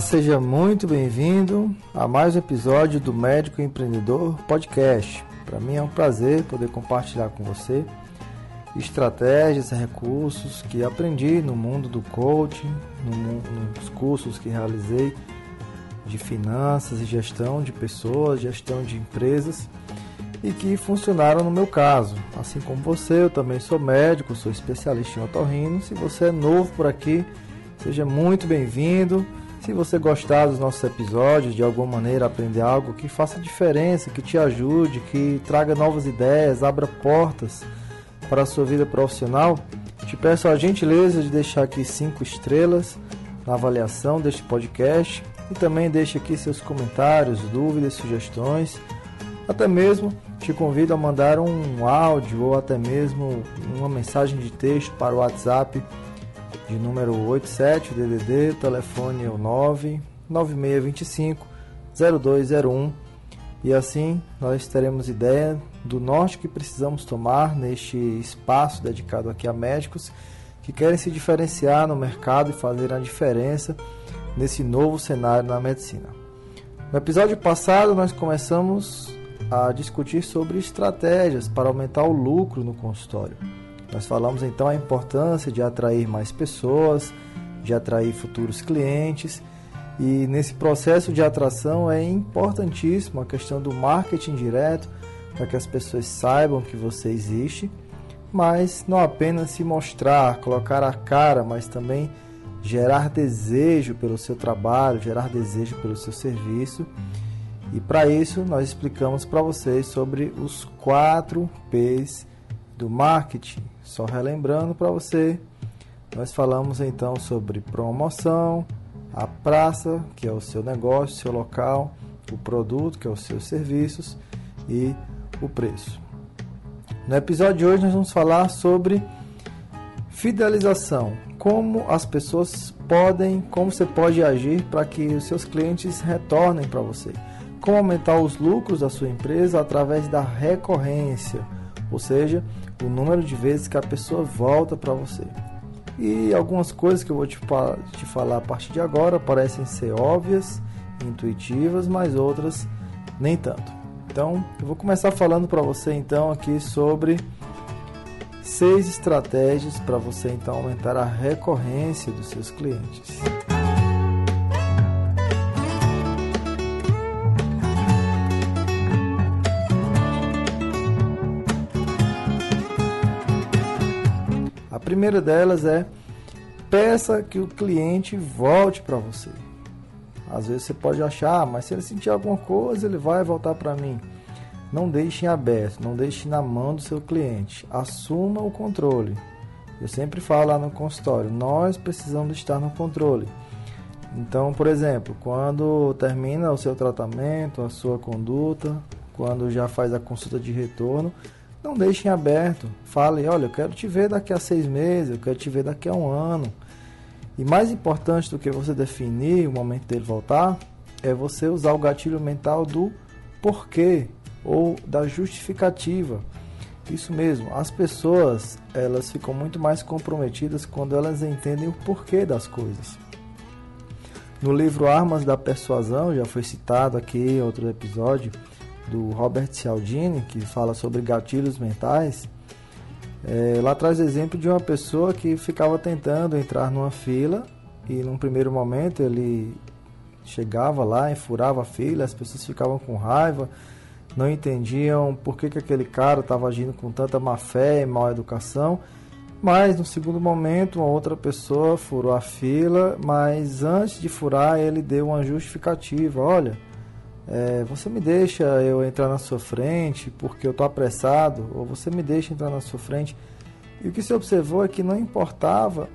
seja muito bem-vindo a mais um episódio do Médico Empreendedor Podcast. Para mim é um prazer poder compartilhar com você estratégias e recursos que aprendi no mundo do coaching, nos cursos que realizei de finanças e gestão de pessoas, gestão de empresas e que funcionaram no meu caso. Assim como você, eu também sou médico, sou especialista em otorrino. Se você é novo por aqui, seja muito bem-vindo. Se você gostar dos nossos episódios, de alguma maneira aprender algo que faça diferença, que te ajude, que traga novas ideias, abra portas para a sua vida profissional, te peço a gentileza de deixar aqui 5 estrelas na avaliação deste podcast e também deixe aqui seus comentários, dúvidas, sugestões. Até mesmo te convido a mandar um áudio ou até mesmo uma mensagem de texto para o WhatsApp de número 87, DDD, telefone é o 99625-0201 e assim nós teremos ideia do norte que precisamos tomar neste espaço dedicado aqui a médicos que querem se diferenciar no mercado e fazer a diferença nesse novo cenário na medicina. No episódio passado nós começamos a discutir sobre estratégias para aumentar o lucro no consultório. Nós falamos então a importância de atrair mais pessoas, de atrair futuros clientes e nesse processo de atração é importantíssimo a questão do marketing direto para que as pessoas saibam que você existe, mas não apenas se mostrar, colocar a cara, mas também gerar desejo pelo seu trabalho, gerar desejo pelo seu serviço. E para isso nós explicamos para vocês sobre os 4 P's do marketing. Só relembrando para você, nós falamos então sobre promoção, a praça, que é o seu negócio, seu local, o produto, que é os seus serviços e o preço. No episódio de hoje nós vamos falar sobre fidelização, como as pessoas podem, como você pode agir para que os seus clientes retornem para você, como aumentar os lucros da sua empresa através da recorrência, ou seja, o número de vezes que a pessoa volta para você. E algumas coisas que eu vou te falar a partir de agora parecem ser óbvias, intuitivas, mas outras nem tanto. Então, eu vou começar falando para você então aqui sobre 6 estratégias para você então aumentar a recorrência dos seus clientes. A primeira delas é: peça que o cliente volte para você. Às vezes você pode achar, mas se ele sentir alguma coisa, ele vai voltar para mim. Não deixe em aberto, não deixe na mão do seu cliente. Assuma o controle. Eu sempre falo lá no consultório, nós precisamos estar no controle. Então, por exemplo, quando termina o seu tratamento, a sua conduta, quando já faz a consulta de retorno, não deixe em aberto. Fale, olha, eu quero te ver daqui a 6 meses, eu quero te ver daqui a 1 ano. E mais importante do que você definir o momento dele voltar, é você usar o gatilho mental do porquê ou da justificativa. Isso mesmo, as pessoas elas ficam muito mais comprometidas quando elas entendem o porquê das coisas. No livro Armas da Persuasão, já foi citado aqui em outro episódio, do Robert Cialdini, que fala sobre gatilhos mentais, lá traz o exemplo de uma pessoa que ficava tentando entrar numa fila e num primeiro momento ele chegava lá e furava a fila, as pessoas ficavam com raiva, não entendiam por que aquele cara estava agindo com tanta má fé e má educação, mas no segundo momento uma outra pessoa furou a fila, mas antes de furar ele deu uma justificativa, olha, você me deixa eu entrar na sua frente porque eu estou apressado, ou você me deixa entrar na sua frente. E o que se observou é que não importava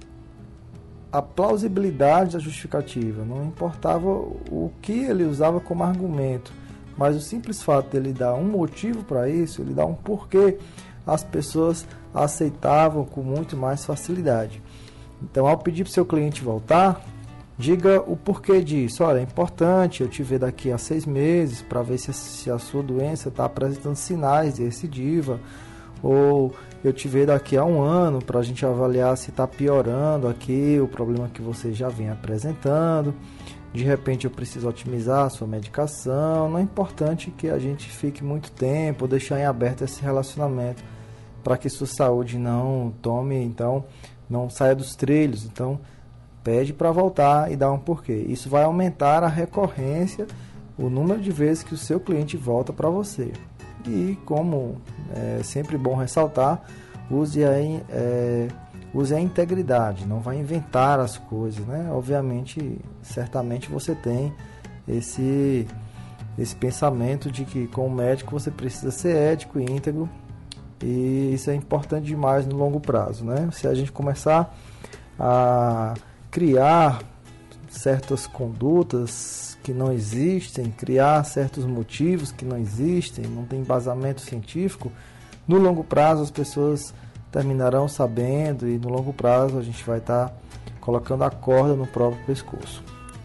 a plausibilidade da justificativa, não importava o que ele usava como argumento, mas o simples fato dele dar um motivo para isso, ele dar um porquê, as pessoas aceitavam com muito mais facilidade. Então, ao pedir para o seu cliente voltar, diga o porquê disso. Olha, é importante eu te ver daqui a 6 meses para ver se a sua doença está apresentando sinais de recidiva, ou eu te ver daqui a 1 ano para a gente avaliar se está piorando aqui o problema que você já vem apresentando. de repente eu preciso otimizar a sua medicação. Não é importante que a gente fique muito tempo, deixar em aberto esse relacionamento para que sua saúde não tome, então, não saia dos trilhos. Então, pede para voltar e dá um porquê. Isso vai aumentar a recorrência, o número de vezes que o seu cliente volta para você. E como é sempre bom ressaltar, use a integridade, não vai inventar as coisas, né? Obviamente, certamente você tem esse pensamento de que como médico você precisa ser ético e íntegro, e isso é importante demais no longo prazo, né? Se a gente começar a criar certas condutas que não existem, criar certos motivos que não existem, não tem embasamento científico, no longo prazo as pessoas terminarão sabendo, e no longo prazo a gente vai estar colocando a corda no próprio pescoço.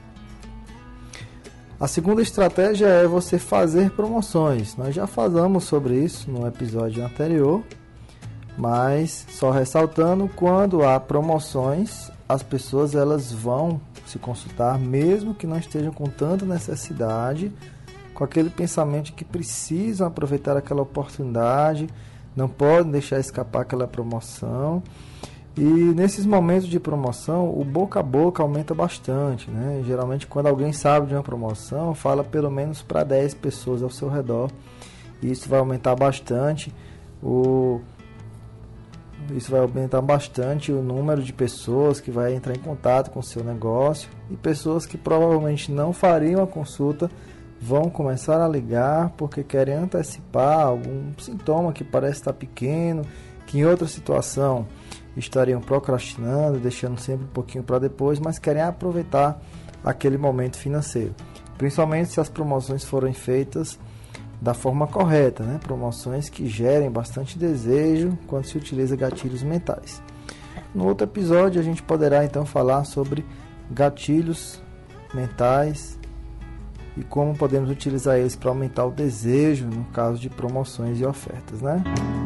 A segunda estratégia é você fazer promoções. Nós já falamos sobre isso no episódio anterior, mas só ressaltando, quando há promoções, as pessoas elas vão se consultar, mesmo que não estejam com tanta necessidade, com aquele pensamento de que precisam aproveitar aquela oportunidade, não podem deixar escapar aquela promoção. E nesses momentos de promoção, o boca a boca aumenta bastante, né? Geralmente, quando alguém sabe de uma promoção, fala pelo menos para 10 pessoas ao seu redor. E isso vai aumentar bastante o número de pessoas que vai entrar em contato com o seu negócio, e pessoas que provavelmente não fariam a consulta vão começar a ligar porque querem antecipar algum sintoma que parece estar pequeno, que em outra situação estariam procrastinando, deixando sempre um pouquinho para depois, mas querem aproveitar aquele momento financeiro. Principalmente se as promoções forem feitas da forma correta, né? Promoções que gerem bastante desejo quando se utiliza gatilhos mentais. No outro episódio a gente poderá então falar sobre gatilhos mentais e como podemos utilizar eles para aumentar o desejo no caso de promoções e ofertas, né?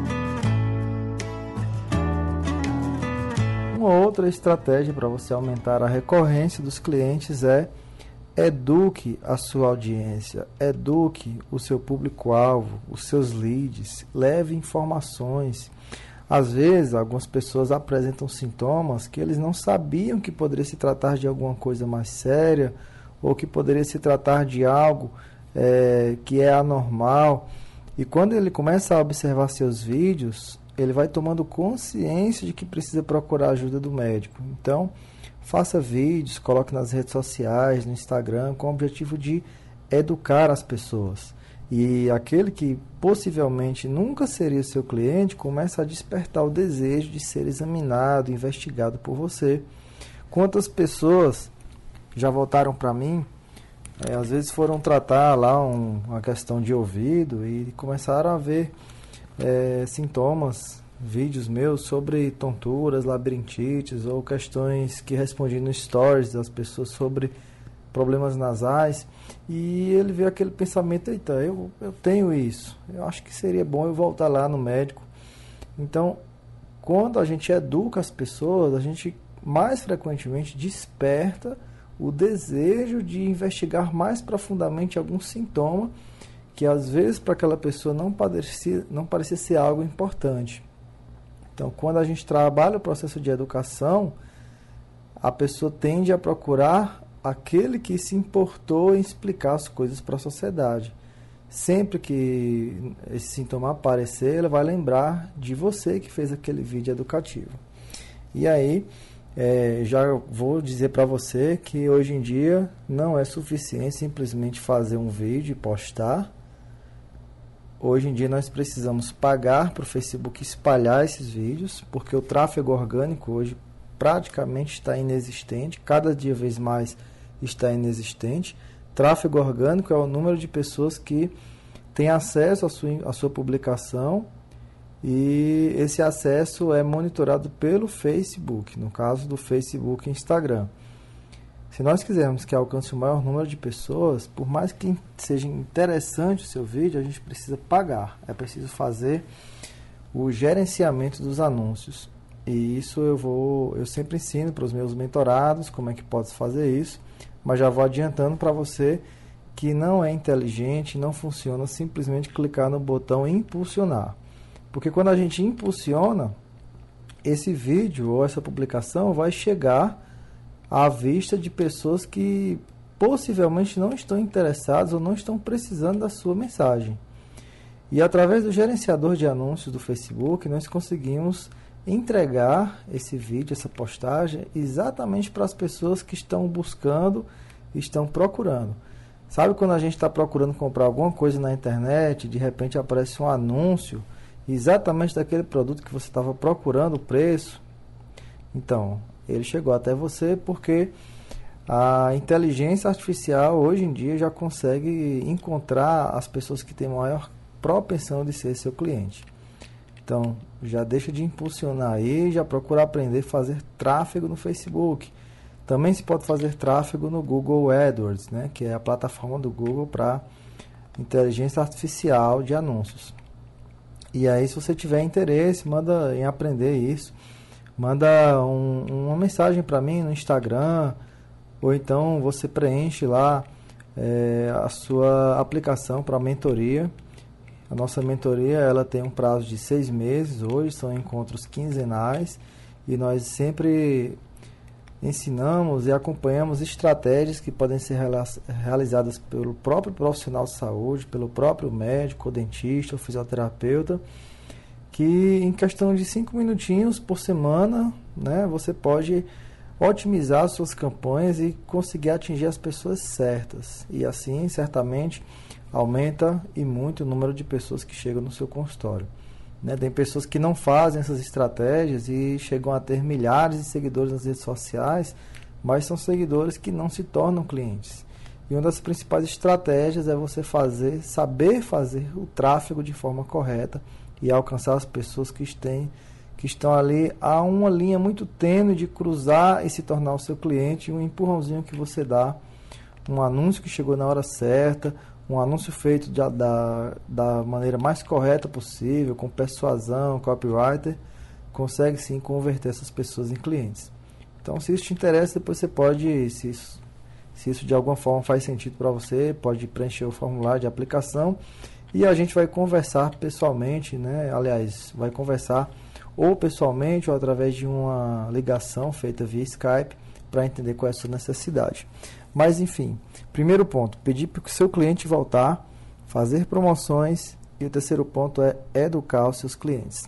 Uma outra estratégia para você aumentar a recorrência dos clientes é: eduque a sua audiência, eduque o seu público-alvo, os seus leads, leve informações. Às vezes, algumas pessoas apresentam sintomas que eles não sabiam que poderia se tratar de alguma coisa mais séria, ou que poderia se tratar de algo que é anormal. E quando ele começa a observar seus vídeos, ele vai tomando consciência de que precisa procurar a ajuda do médico. Então, faça vídeos, coloque nas redes sociais, no Instagram, com o objetivo de educar as pessoas. E aquele que possivelmente nunca seria seu cliente começa a despertar o desejo de ser examinado, investigado por você. Quantas pessoas já voltaram para mim, às vezes foram tratar lá uma questão de ouvido e começaram a ver sintomas, vídeos meus sobre tonturas, labirintites, ou questões que respondi no stories das pessoas sobre problemas nasais, e ele veio aquele pensamento: eita, eu tenho isso, eu acho que seria bom eu voltar lá no médico. Então, quando a gente educa as pessoas, a gente mais frequentemente desperta o desejo de investigar mais profundamente algum sintoma que às vezes para aquela pessoa não parecia ser algo importante. Então, quando a gente trabalha o processo de educação, a pessoa tende a procurar aquele que se importou em explicar as coisas para a sociedade. Sempre que esse sintoma aparecer, ela vai lembrar de você que fez aquele vídeo educativo. E aí, já vou dizer para você que hoje em dia não é suficiente simplesmente fazer um vídeo e postar. Hoje em dia nós precisamos pagar para o Facebook espalhar esses vídeos, porque o tráfego orgânico hoje praticamente está inexistente, cada dia vez mais está inexistente. Tráfego orgânico é o número de pessoas que têm acesso à sua publicação, e esse acesso é monitorado pelo Facebook, no caso do Facebook e Instagram. Se nós quisermos que alcance o maior número de pessoas, por mais que seja interessante o seu vídeo, a gente precisa pagar. É preciso fazer o gerenciamento dos anúncios. E isso eu sempre ensino para os meus mentorados como é que pode fazer isso. mas já vou adiantando para você que não é inteligente, não funciona simplesmente clicar no botão impulsionar. Porque quando a gente impulsiona, esse vídeo ou essa publicação vai chegar à vista de pessoas que possivelmente não estão interessadas ou não estão precisando da sua mensagem. E através do gerenciador de anúncios do Facebook, nós conseguimos entregar esse vídeo, essa postagem, exatamente para as pessoas que estão buscando, estão procurando. Sabe quando a gente está procurando comprar alguma coisa na internet, de repente aparece um anúncio exatamente daquele produto que você estava procurando, o preço? Então, ele chegou até você porque a inteligência artificial hoje em dia já consegue encontrar as pessoas que têm maior propensão de ser seu cliente. Então, já deixa de impulsionar aí, já procura aprender a fazer tráfego no Facebook. Também se pode fazer tráfego no Google AdWords, né, que é a plataforma do Google para inteligência artificial de anúncios. E aí, se você tiver interesse, manda em aprender isso. Manda uma mensagem para mim no Instagram, ou então você preenche lá a sua aplicação para a mentoria. A nossa mentoria ela tem um prazo de 6 meses, hoje são encontros quinzenais, e nós sempre ensinamos e acompanhamos estratégias que podem ser realizadas pelo próprio profissional de saúde, pelo próprio médico, ou dentista, ou fisioterapeuta, que em questão de 5 minutinhos por semana, né, você pode otimizar suas campanhas e conseguir atingir as pessoas certas. E assim, certamente, aumenta e muito o número de pessoas que chegam no seu consultório. Né? Tem pessoas que não fazem essas estratégias e chegam a ter milhares de seguidores nas redes sociais, mas são seguidores que não se tornam clientes. E uma das principais estratégias é você saber fazer o tráfego de forma correta e alcançar as pessoas que estão ali a uma linha muito tênue de cruzar e se tornar o seu cliente, um empurrãozinho que você dá, um anúncio que chegou na hora certa, um anúncio feito da maneira mais correta possível, com persuasão, copywriter, consegue sim converter essas pessoas em clientes. Então, se isso te interessa, depois você pode, se isso de alguma forma faz sentido para você, pode preencher o formulário de aplicação e a gente vai conversar pessoalmente, né? Aliás, vai conversar ou pessoalmente ou através de uma ligação feita via Skype para entender qual é a sua necessidade. Mas enfim, primeiro ponto, pedir para o seu cliente voltar, fazer promoções, e o terceiro ponto é educar os seus clientes.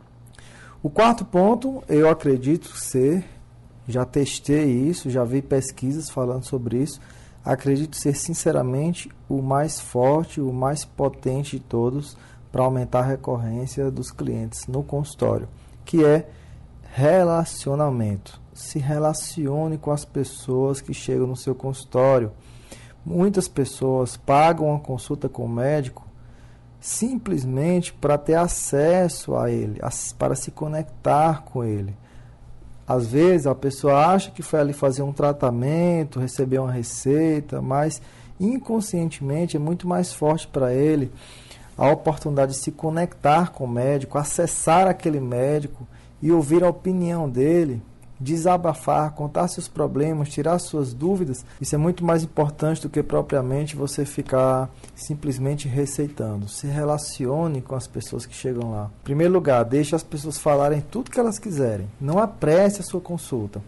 O quarto ponto, eu acredito ser, já testei isso, já vi pesquisas falando sobre isso, acredito ser sinceramente o mais forte, o mais potente de todos para aumentar a recorrência dos clientes no consultório, que é relacionamento. Se relacione com as pessoas que chegam no seu consultório. Muitas pessoas pagam uma consulta com o médico simplesmente para ter acesso a ele, para se conectar com ele. Às vezes a pessoa acha que foi ali fazer um tratamento, receber uma receita, mas inconscientemente é muito mais forte para ele a oportunidade de se conectar com o médico, acessar aquele médico e ouvir a opinião dele, desabafar, contar seus problemas, tirar suas dúvidas. Isso é muito mais importante do que propriamente você ficar simplesmente receitando. Se relacione com as pessoas que chegam lá. Em primeiro lugar, deixe as pessoas falarem tudo que elas quiserem. Não apresse a sua consulta.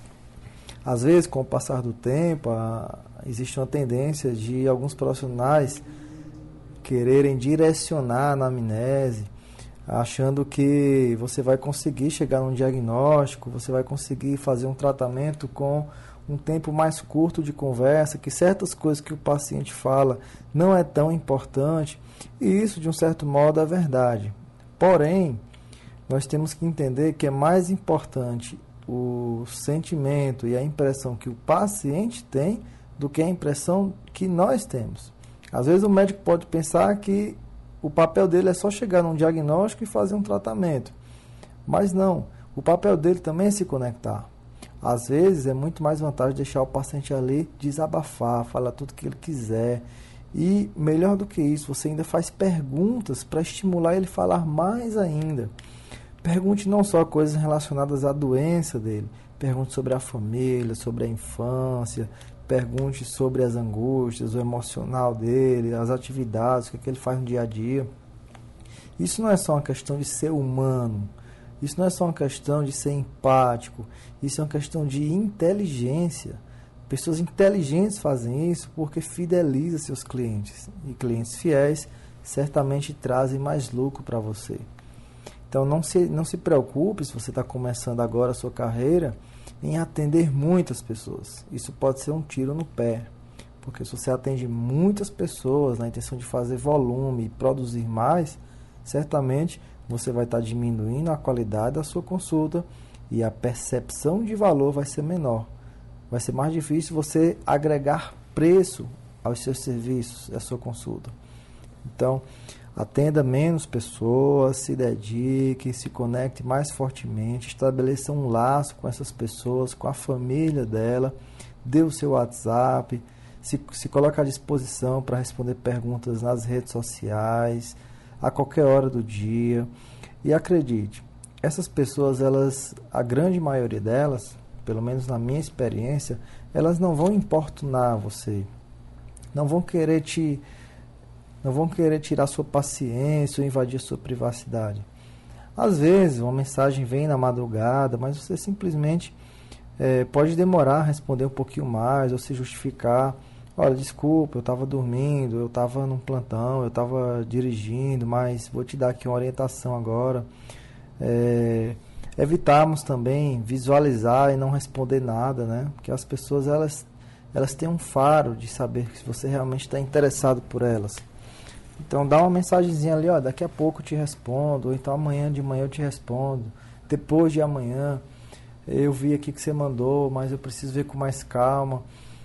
Às vezes, com o passar do tempo, existe uma tendência de alguns profissionais quererem direcionar na anamnese, achando que você vai conseguir chegar num diagnóstico, você vai conseguir fazer um tratamento com um tempo mais curto de conversa, que certas coisas que o paciente fala não é tão importante, e isso de um certo modo é verdade. Porém, nós temos que entender que é mais importante o sentimento e a impressão que o paciente tem do que a impressão que nós temos. Às vezes o médico pode pensar que o papel dele é só chegar num diagnóstico e fazer um tratamento. Mas não, o papel dele também é se conectar. Às vezes é muito mais vantagem deixar o paciente ali desabafar, falar tudo que ele quiser. E melhor do que isso, você ainda faz perguntas para estimular ele a falar mais ainda. Pergunte não só coisas relacionadas à doença dele, pergunte sobre a família, sobre a infância, pergunte sobre as angústias, o emocional dele, as atividades, o que ele faz no dia a dia. Isso não é só uma questão de ser humano, isso não é só uma questão de ser empático, isso é uma questão de inteligência. Pessoas inteligentes fazem isso porque fidelizam seus clientes. E clientes fiéis certamente trazem mais lucro para você. Então não se preocupe, se você está começando agora a sua carreira, em atender muitas pessoas. Isso pode ser um tiro no pé. Porque se você atende muitas pessoas na intenção de fazer volume e produzir mais, certamente você vai estar diminuindo a qualidade da sua consulta e a percepção de valor vai ser menor. Vai ser mais difícil você agregar preço aos seus serviços, à sua consulta. Então, atenda menos pessoas, se dedique, se conecte mais fortemente, estabeleça um laço com essas pessoas, com a família dela, dê o seu WhatsApp, se coloque à disposição para responder perguntas nas redes sociais, a qualquer hora do dia. E acredite, essas pessoas, a grande maioria delas, pelo menos na minha experiência, elas não vão importunar você, não vão querer tirar sua paciência ou invadir sua privacidade. Às vezes, uma mensagem vem na madrugada, mas você simplesmente pode demorar a responder um pouquinho mais ou se justificar. Olha, desculpa, eu estava dormindo, eu estava num plantão, eu estava dirigindo, mas vou te dar aqui uma orientação agora. Evitarmos também visualizar e não responder nada, né? Porque as pessoas, elas têm um faro de saber se você realmente está interessado por elas. Então dá uma mensagenzinha ali, ó, daqui a pouco eu te respondo, ou então amanhã de manhã eu te respondo, depois de amanhã, eu vi aqui que você mandou, mas eu preciso ver com mais calma.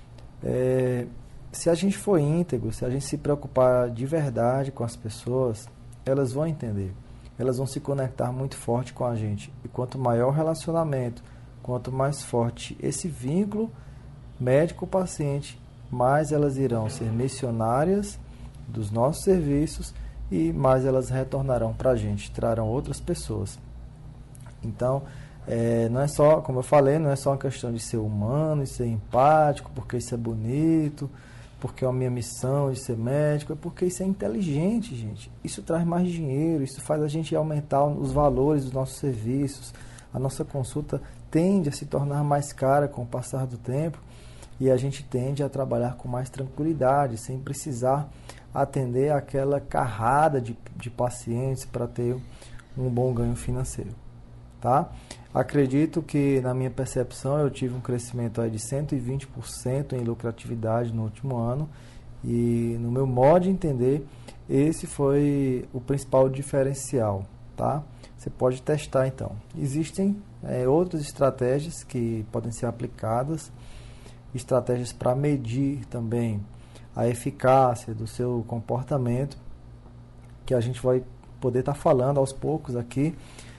Se a gente for íntegro, se a gente se preocupar de verdade com as pessoas, elas vão entender. Elas vão se conectar muito forte com a gente. E quanto maior o relacionamento, quanto mais forte esse vínculo médico-paciente, mais elas irão ser missionárias dos nossos serviços e mais elas retornarão para a gente, trarão outras pessoas. Então, não é só, como eu falei, não é só uma questão de ser humano e ser empático, porque isso é bonito, porque é a minha missão de ser médico, é porque isso é inteligente, gente. Isso traz mais dinheiro, isso faz a gente aumentar os valores dos nossos serviços. A nossa consulta tende a se tornar mais cara com o passar do tempo e a gente tende a trabalhar com mais tranquilidade, sem precisar atender aquela carrada de pacientes para ter um bom ganho financeiro. Tá? Acredito que, na minha percepção, eu tive um crescimento aí de 120% em lucratividade no último ano e, no meu modo de entender, esse foi o principal diferencial. Tá? Você pode testar, então. Existem outras estratégias que podem ser aplicadas, estratégias para medir também a eficácia do seu comportamento, que a gente vai poder estar falando aos poucos aqui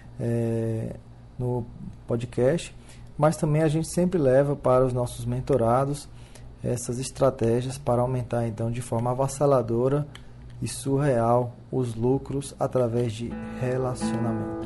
no podcast, mas também a gente sempre leva para os nossos mentorados essas estratégias para aumentar então de forma avassaladora e surreal os lucros através de relacionamento.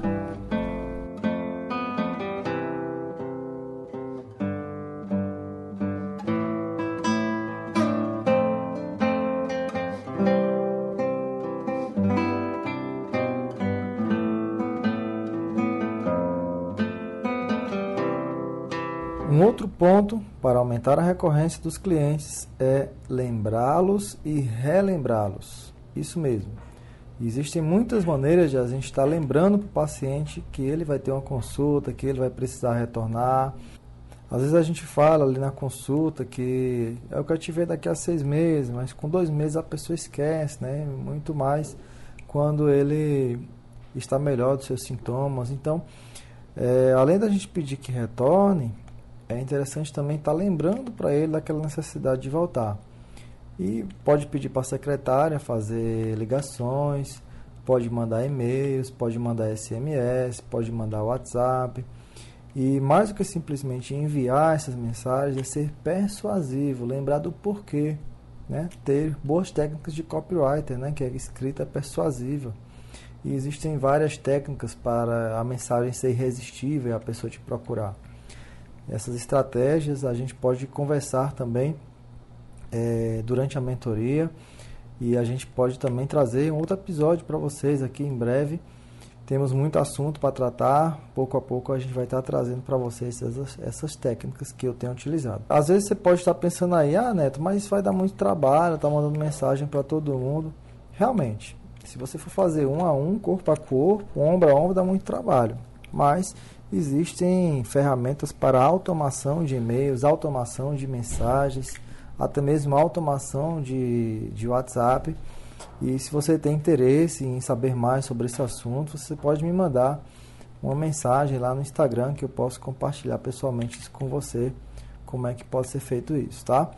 Um outro ponto para aumentar a recorrência dos clientes é lembrá-los e relembrá-los. Isso mesmo. Existem muitas maneiras de a gente estar lembrando para o paciente que ele vai ter uma consulta, que ele vai precisar retornar. Às vezes a gente fala ali na consulta que eu quero te ver daqui a 6 meses, mas com 2 meses a pessoa esquece, né? Muito mais quando ele está melhor dos seus sintomas. Então, além da gente pedir que retorne, é interessante também estar lembrando para ele daquela necessidade de voltar. E pode pedir para a secretária fazer ligações, pode mandar e-mails, pode mandar SMS, pode mandar WhatsApp. E mais do que simplesmente enviar essas mensagens, é ser persuasivo, lembrar do porquê, né? Ter boas técnicas de copywriter, né? Que é escrita persuasiva. E existem várias técnicas para a mensagem ser irresistível e a pessoa te procurar. Essas estratégias a gente pode conversar também durante a mentoria, e a gente pode também trazer um outro episódio para vocês aqui em breve. Temos muito assunto para tratar, pouco a pouco a gente vai estar trazendo para vocês essas técnicas que eu tenho utilizado. Às vezes você pode estar pensando aí, Neto, mas isso vai dar muito trabalho, tá mandando mensagem para todo mundo. Realmente, se você for fazer um a um, corpo a corpo, ombro a ombro, dá muito trabalho. Mas existem ferramentas para automação de e-mails, automação de mensagens, até mesmo automação de WhatsApp. E se você tem interesse em saber mais sobre esse assunto, você pode me mandar uma mensagem lá no Instagram, que eu posso compartilhar pessoalmente isso com você, como é que pode ser feito isso, tá?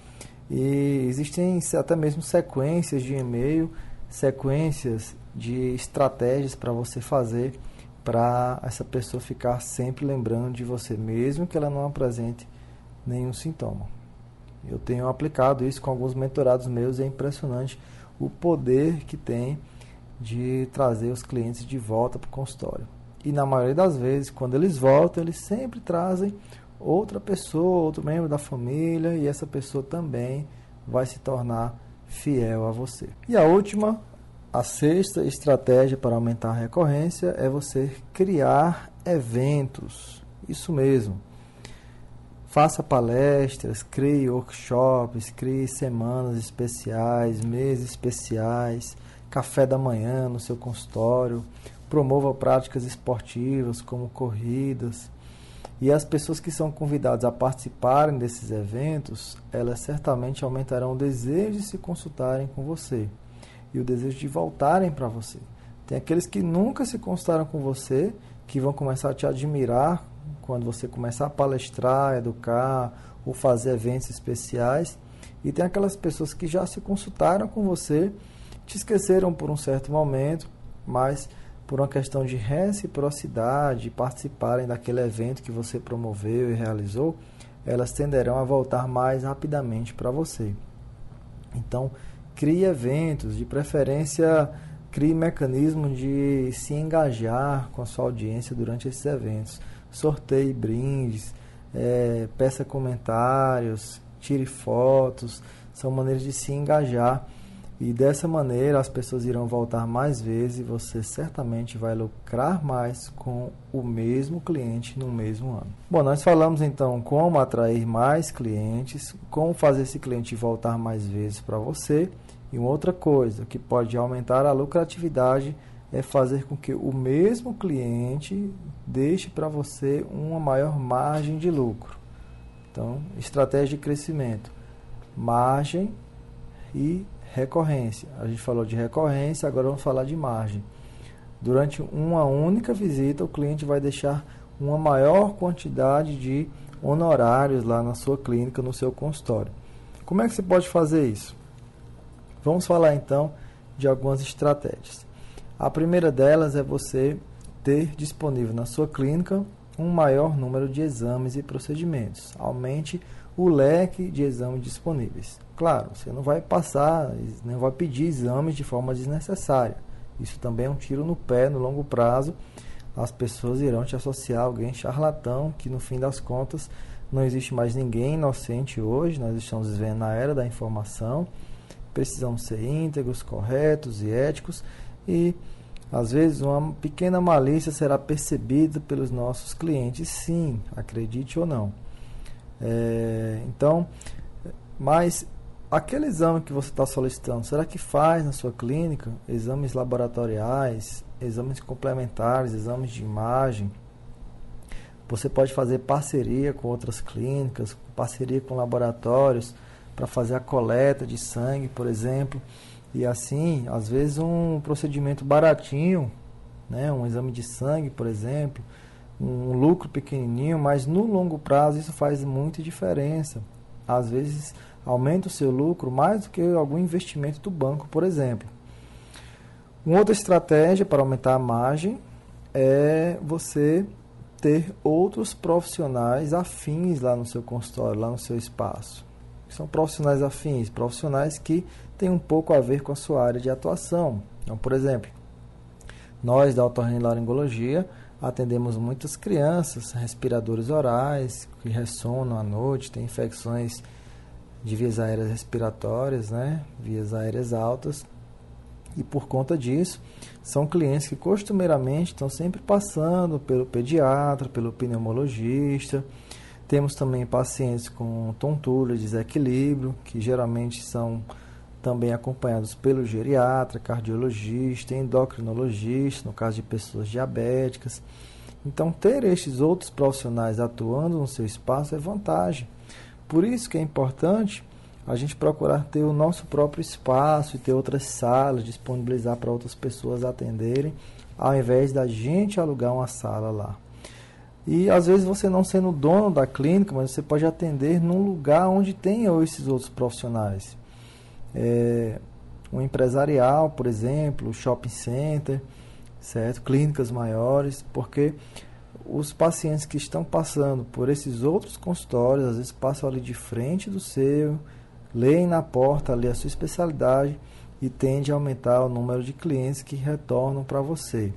E existem até mesmo sequências de e-mail, sequências de estratégias para você fazer, para essa pessoa ficar sempre lembrando de você, mesmo que ela não apresente nenhum sintoma. Eu tenho aplicado isso com alguns mentorados meus, é impressionante o poder que tem de trazer os clientes de volta para o consultório. E na maioria das vezes, quando eles voltam, eles sempre trazem outra pessoa, outro membro da família, e essa pessoa também vai se tornar fiel a você. E a última, a sexta estratégia para aumentar a recorrência é você criar eventos. Isso mesmo. Faça palestras, crie workshops, crie semanas especiais, meses especiais, café da manhã no seu consultório, promova práticas esportivas como corridas. E as pessoas que são convidadas a participarem desses eventos, elas certamente aumentarão o desejo de se consultarem com você e o desejo de voltarem para você. Tem aqueles que nunca se consultaram com você, que vão começar a te admirar quando você começar a palestrar, educar ou fazer eventos especiais. E tem aquelas pessoas que já se consultaram com você, te esqueceram por um certo momento, mas por uma questão de reciprocidade, participarem daquele evento que você promoveu e realizou, elas tenderão a voltar mais rapidamente para você. Então, crie eventos, de preferência, crie mecanismos de se engajar com a sua audiência durante esses eventos. Sorteie brindes, peça comentários, tire fotos, são maneiras de se engajar, e dessa maneira as pessoas irão voltar mais vezes e você certamente vai lucrar mais com o mesmo cliente no mesmo ano. Bom, nós falamos então como atrair mais clientes, como fazer esse cliente voltar mais vezes para você, e uma outra coisa que pode aumentar a lucratividade é fazer com que o mesmo cliente deixe para você uma maior margem de lucro. Então, estratégia de crescimento, margem e recorrência. A gente falou de recorrência, agora vamos falar de margem. Durante uma única visita, o cliente vai deixar uma maior quantidade de honorários lá na sua clínica, no seu consultório. Como é que você pode fazer isso? Vamos falar então de algumas estratégias. A primeira delas é você ter disponível na sua clínica um maior número de exames e procedimentos. Aumente o leque de exames disponíveis. Claro, você não vai passar, não vai pedir exames de forma desnecessária. Isso também é um tiro no pé no longo prazo. As pessoas irão te associar a alguém charlatão, que no fim das contas não existe mais ninguém inocente hoje. Nós estamos vivendo na era da informação. Precisamos ser íntegros, corretos e éticos, e às vezes uma pequena malícia será percebida pelos nossos clientes, sim, acredite ou não. Então, mas aquele exame que você está solicitando, será que faz na sua clínica? Exames laboratoriais, exames complementares, exames de imagem. Você pode fazer parceria com outras clínicas, parceria com laboratórios, para fazer a coleta de sangue, por exemplo. E assim, às vezes um procedimento baratinho, né, um exame de sangue, por exemplo, um lucro pequenininho, mas no longo prazo isso faz muita diferença. Às vezes aumenta o seu lucro mais do que algum investimento do banco, por exemplo. Uma outra estratégia para aumentar a margem é você ter outros profissionais afins lá no seu consultório, lá no seu espaço. São profissionais afins, profissionais que têm um pouco a ver com a sua área de atuação. Então, por exemplo, nós da otorrinolaringologia, atendemos muitas crianças, respiradores orais, que ressonam à noite, têm infecções de vias aéreas respiratórias, né? Vias aéreas altas. E por conta disso, são clientes que costumeiramente estão sempre passando pelo pediatra, pelo pneumologista. Temos também pacientes com tontura, desequilíbrio, que geralmente são também acompanhados pelo geriatra, cardiologista, endocrinologista, no caso de pessoas diabéticas. Então, ter estes outros profissionais atuando no seu espaço é vantagem. Por isso que é importante a gente procurar ter o nosso próprio espaço e ter outras salas, disponibilizar para outras pessoas atenderem, ao invés da gente alugar uma sala lá. E às vezes você não sendo dono da clínica, mas você pode atender num lugar onde tenha esses outros profissionais. Um empresarial, por exemplo, shopping center, certo? Clínicas maiores, porque os pacientes que estão passando por esses outros consultórios, às vezes passam ali de frente do seu, leem na porta ali a sua especialidade e tende a aumentar o número de clientes que retornam para você.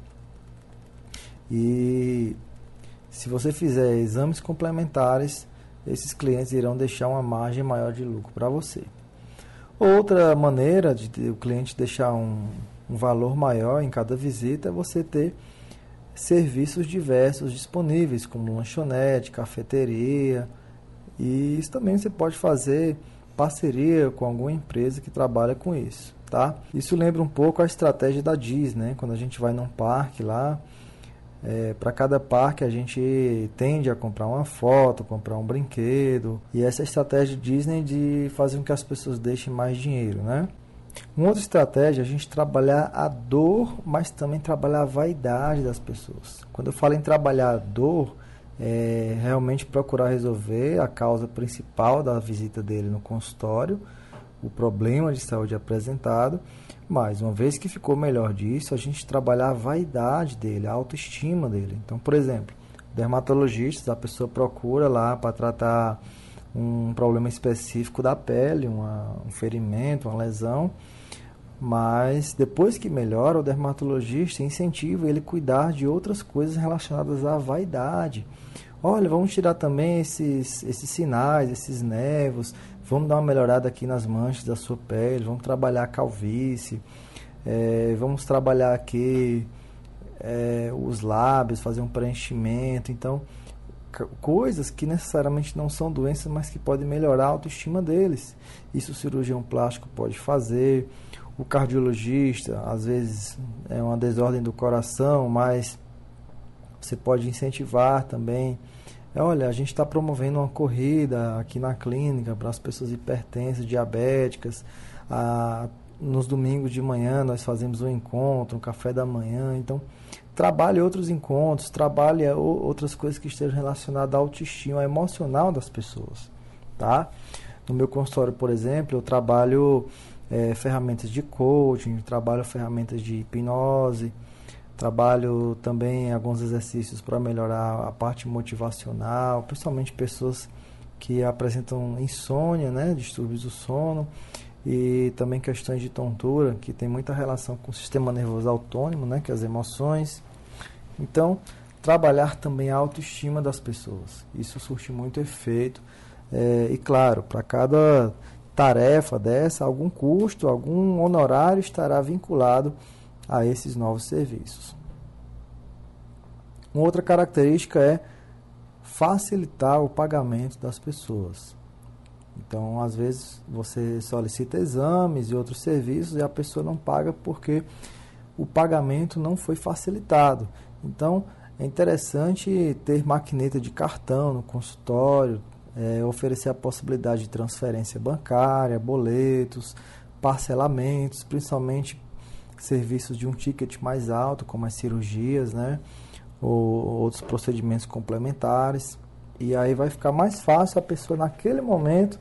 E se você fizer exames complementares, esses clientes irão deixar uma margem maior de lucro para você. Outra maneira de o cliente deixar um valor maior em cada visita é você ter serviços diversos disponíveis, como lanchonete, cafeteria, e isso também você pode fazer parceria com alguma empresa que trabalha com isso, tá? Isso lembra um pouco a estratégia da Disney, né? Quando a gente vai num parque lá, para cada parque a gente tende a comprar uma foto, comprar um brinquedo, e essa é a estratégia Disney de fazer com que as pessoas deixem mais dinheiro, né? Uma outra estratégia é a gente trabalhar a dor, mas também trabalhar a vaidade das pessoas. Quando eu falo em trabalhar a dor, é realmente procurar resolver a causa principal da visita dele no consultório, o problema de saúde apresentado, mas uma vez que ficou melhor disso, a gente trabalhar a vaidade dele, a autoestima dele. Então, por exemplo, dermatologistas, a pessoa procura lá para tratar um problema específico da pele, um ferimento, uma lesão, mas depois que melhora, o dermatologista incentiva ele a cuidar de outras coisas relacionadas à vaidade. Olha, vamos tirar também esses sinais, esses nervos, vamos dar uma melhorada aqui nas manchas da sua pele, vamos trabalhar a calvície, vamos trabalhar aqui os lábios, fazer um preenchimento. Então, coisas que necessariamente não são doenças, mas que podem melhorar a autoestima deles. Isso o cirurgião plástico pode fazer, o cardiologista, às vezes é uma desordem do coração, mas você pode incentivar também. Olha, a gente está promovendo uma corrida aqui na clínica para as pessoas hipertensas, diabéticas. Nos domingos de manhã nós fazemos um encontro, um café da manhã. Então, trabalhe outros encontros, trabalhe outras coisas que estejam relacionadas à autoestima emocional das pessoas, tá? No meu consultório, por exemplo, eu trabalho ferramentas de coaching, trabalho ferramentas de hipnose, trabalho também alguns exercícios para melhorar a parte motivacional, principalmente pessoas que apresentam insônia, né, distúrbios do sono, e também questões de tontura, que tem muita relação com o sistema nervoso autônomo, né, que é as emoções. Então, trabalhar também a autoestima das pessoas, isso surte muito efeito, e claro, para cada tarefa dessa, algum custo, algum honorário estará vinculado a esses novos serviços. Uma outra característica é facilitar o pagamento das pessoas. Então, às vezes, você solicita exames e outros serviços e a pessoa não paga porque o pagamento não foi facilitado. Então, é interessante ter maquineta de cartão no consultório, oferecer a possibilidade de transferência bancária, boletos, parcelamentos, principalmente serviços de um ticket mais alto, como as cirurgias, né, ou outros procedimentos complementares. E aí vai ficar mais fácil a pessoa, naquele momento,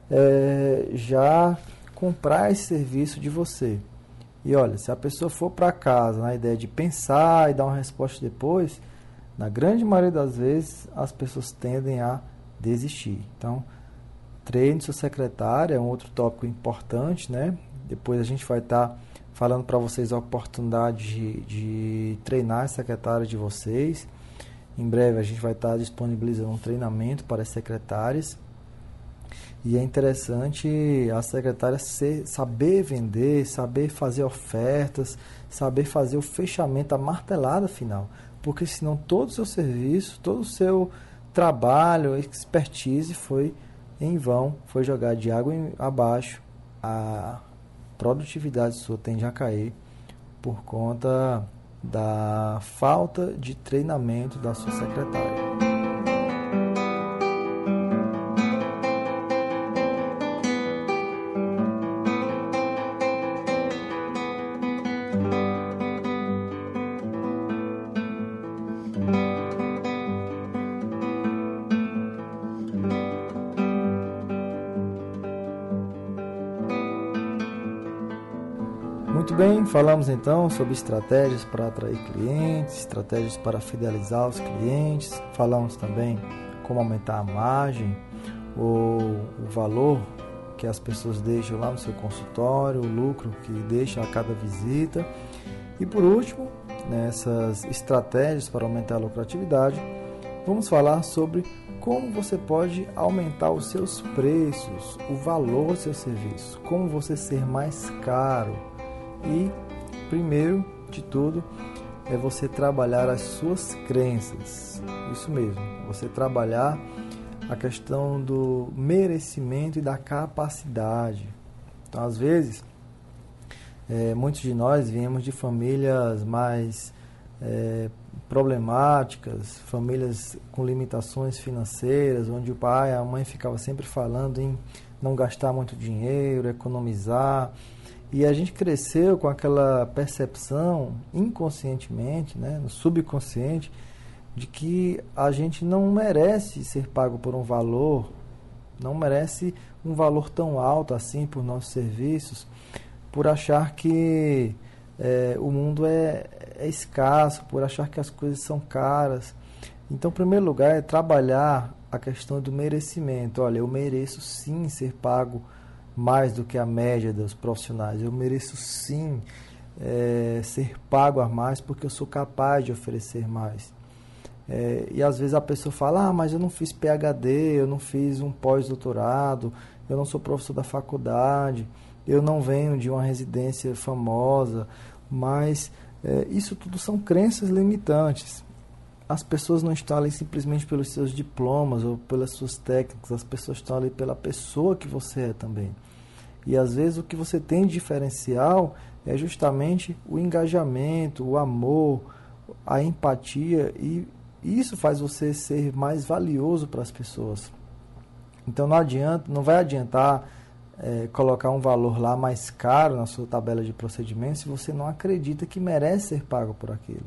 já comprar esse serviço de você. E olha, se a pessoa for para casa na ideia de pensar e dar uma resposta depois, na grande maioria das vezes, as pessoas tendem a desistir. Então, treine sua secretária, é um outro tópico importante, né? Depois a gente vai estar falando para vocês a oportunidade de treinar as secretárias de vocês. Em breve a gente vai estar disponibilizando um treinamento para as secretárias. E é interessante a secretária saber vender, saber fazer ofertas, saber fazer o fechamento, a martelada final. Porque senão todo o seu serviço, todo o seu trabalho, expertise foi em vão, foi jogar de água abaixo. A produtividade sua tende a cair por conta da falta de treinamento da sua secretária. Muito bem, falamos então sobre estratégias para atrair clientes, estratégias para fidelizar os clientes, falamos também como aumentar a margem, o valor que as pessoas deixam lá no seu consultório, o lucro que deixa a cada visita. E por último, nessas estratégias para aumentar a lucratividade, vamos falar sobre como você pode aumentar os seus preços, o valor do seu serviço, como você ser mais caro. E, primeiro de tudo, é você trabalhar as suas crenças. Isso mesmo, você trabalhar a questão do merecimento e da capacidade. Então, às vezes, muitos de nós viemos de famílias mais problemáticas, famílias com limitações financeiras, onde o pai e a mãe ficavam sempre falando em não gastar muito dinheiro, economizar. E a gente cresceu com aquela percepção inconscientemente, no subconsciente, de que a gente não merece ser pago por um valor, não merece um valor tão alto assim por nossos serviços, por achar que o mundo é escasso, por achar que as coisas são caras. Então, em primeiro lugar, é trabalhar a questão do merecimento. Olha, eu mereço sim ser pago mais do que a média dos profissionais. Eu mereço sim ser pago a mais porque eu sou capaz de oferecer mais. E às vezes a pessoa fala, mas eu não fiz PhD, eu não fiz um pós-doutorado, eu não sou professor da faculdade, eu não venho de uma residência famosa, mas isso tudo são crenças limitantes. As pessoas não estão ali simplesmente pelos seus diplomas ou pelas suas técnicas, as pessoas estão ali pela pessoa que você é também. E às vezes o que você tem de diferencial é justamente o engajamento, o amor, a empatia, e isso faz você ser mais valioso para as pessoas. Então não vai adiantar colocar um valor lá mais caro na sua tabela de procedimentos se você não acredita que merece ser pago por aquilo.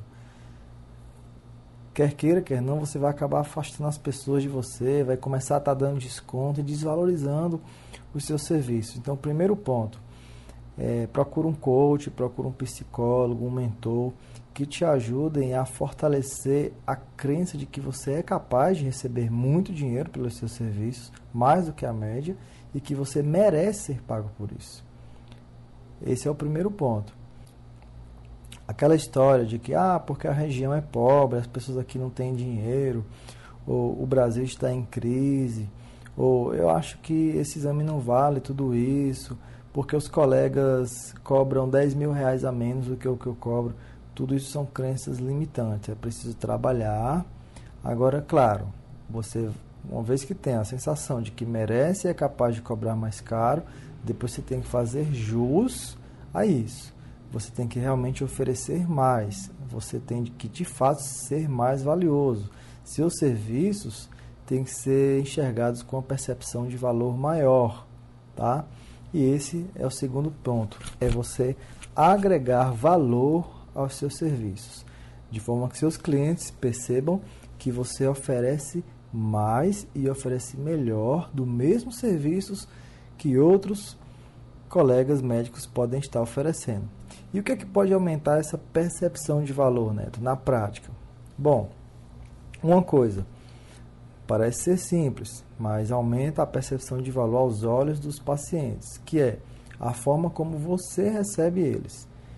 Quer queira, quer não, você vai acabar afastando as pessoas de você, vai começar a estar dando desconto e desvalorizando os seus serviços. Então, o primeiro ponto, procura um coach, procura um psicólogo, um mentor, que te ajudem a fortalecer a crença de que você é capaz de receber muito dinheiro pelos seus serviços, mais do que a média, e que você merece ser pago por isso. Esse é o primeiro ponto. Aquela história de que, porque a região é pobre, as pessoas aqui não têm dinheiro, ou o Brasil está em crise, ou eu acho que esse exame não vale tudo isso, porque os colegas cobram 10 mil reais a menos do que o que eu cobro. Tudo isso são crenças limitantes, é preciso trabalhar. Agora, claro, você, uma vez que tem a sensação de que merece e é capaz de cobrar mais caro, depois você tem que fazer jus a isso. Você tem que realmente oferecer mais. Você tem que, de fato, ser mais valioso. Seus serviços têm que ser enxergados com uma percepção de valor maior, tá? E esse é o segundo ponto. É você agregar valor aos seus serviços, de forma que seus clientes percebam que você oferece mais e oferece melhor do mesmo serviços que outros colegas médicos podem estar oferecendo. E o que é que pode aumentar essa percepção de valor, Neto, na prática? Bom, uma coisa, parece ser simples, mas aumenta a percepção de valor aos olhos dos pacientes, que é a forma como você recebe eles.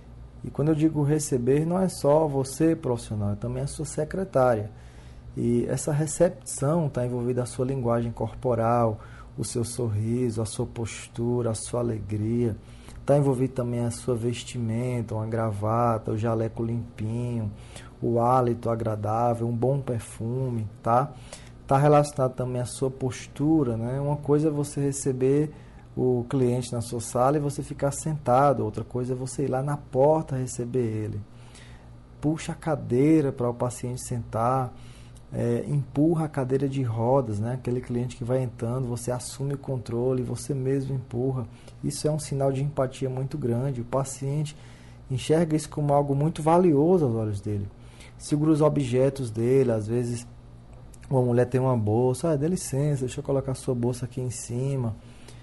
E quando eu digo receber, não é só você, profissional, é também a sua secretária. E essa recepção está envolvida a sua linguagem corporal, o seu sorriso, a sua postura, a sua alegria. Está envolvido também a sua vestimenta, uma gravata, o jaleco limpinho, o hálito agradável, um bom perfume, tá? Está relacionado também à sua postura, né? Uma coisa é você receber o cliente na sua sala e você ficar sentado, outra coisa é você ir lá na porta receber ele. Puxa a cadeira para o paciente sentar, empurra a cadeira de rodas, né? Aquele cliente que vai entrando, você assume o controle, você mesmo empurra. Isso é um sinal de empatia muito grande. O paciente enxerga isso como algo muito valioso aos olhos dele. Segura os objetos dele, às vezes uma mulher tem uma bolsa, dá licença, deixa eu colocar a sua bolsa aqui em cima.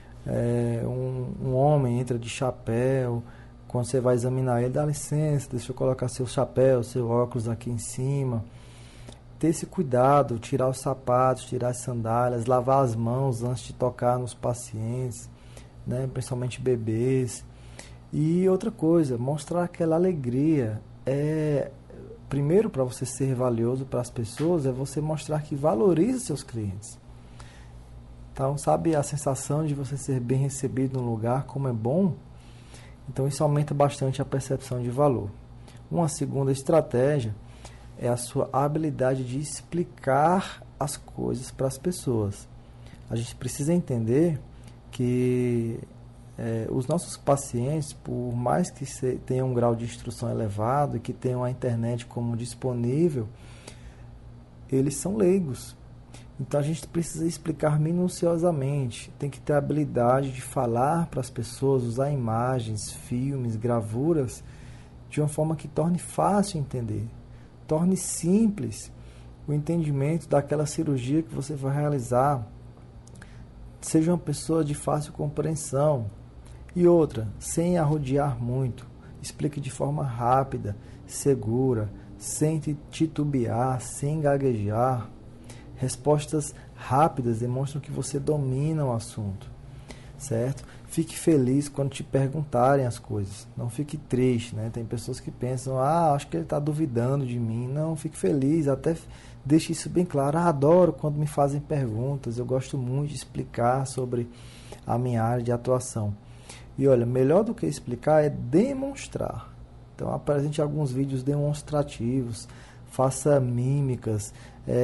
Um homem entra de chapéu, quando você vai examinar ele, dá licença, deixa eu colocar seu chapéu, seu óculos aqui em cima. Ter esse cuidado, tirar os sapatos, tirar as sandálias, lavar as mãos antes de tocar nos pacientes, né, principalmente bebês. E outra coisa, mostrar aquela alegria. Primeiro, para você ser valioso para as pessoas, é você mostrar que valoriza seus clientes. Então, sabe a sensação de você ser bem recebido num lugar, como é bom? Então, isso aumenta bastante a percepção de valor. Uma segunda estratégia é a sua habilidade de explicar as coisas para as pessoas. A gente precisa entender que os nossos pacientes, por mais que tenham um grau de instrução elevado e que tenham a internet como disponível, eles são leigos. Então a gente precisa explicar minuciosamente, tem que ter a habilidade de falar para as pessoas, usar imagens, filmes, gravuras, de uma forma que torne fácil entender, torne simples o entendimento daquela cirurgia que você vai realizar, seja uma pessoa de fácil compreensão. E outra, sem arrodear muito, explique de forma rápida, segura, sem titubear, sem gaguejar. Respostas rápidas demonstram que você domina o assunto, certo? Fique feliz quando te perguntarem as coisas, não fique triste, né? Tem pessoas que pensam, acho que ele está duvidando de mim. Não, fique feliz, até deixe isso bem claro. Adoro quando me fazem perguntas, eu gosto muito de explicar sobre a minha área de atuação. E olha, melhor do que explicar é demonstrar. Então apresente alguns vídeos demonstrativos, faça mímicas,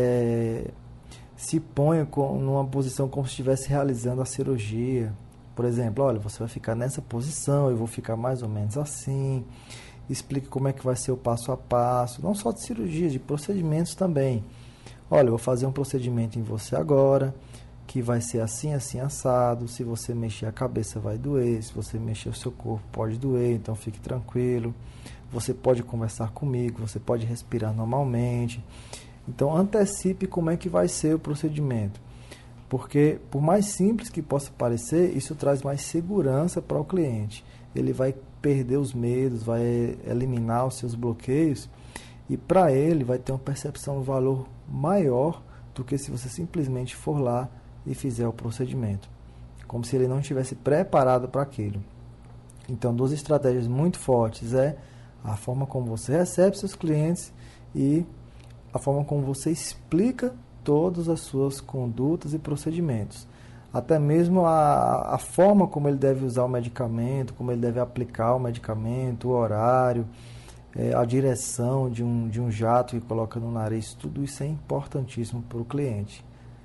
se ponha numa posição como se estivesse realizando a cirurgia. Por exemplo, olha, você vai ficar nessa posição, eu vou ficar mais ou menos assim. Explique como é que vai ser o passo a passo, não só de cirurgia, de procedimentos também. Olha, eu vou fazer um procedimento em você agora, que vai ser assim, assim, assado. Se você mexer a cabeça vai doer, se você mexer o seu corpo pode doer, então fique tranquilo. Você pode conversar comigo, você pode respirar normalmente. Então antecipe como é que vai ser o procedimento. Porque por mais simples que possa parecer, isso traz mais segurança para o cliente. Ele vai perder os medos, vai eliminar os seus bloqueios e para ele vai ter uma percepção de valor maior do que se você simplesmente for lá e fizer o procedimento, como se ele não estivesse preparado para aquilo. Então, duas estratégias muito fortes é a forma como você recebe seus clientes e a forma como você explica todas as suas condutas e procedimentos. Até mesmo a forma como ele deve usar o medicamento, como ele deve aplicar o medicamento, o horário, a direção de um jato que coloca no nariz, tudo isso é importantíssimo para o cliente.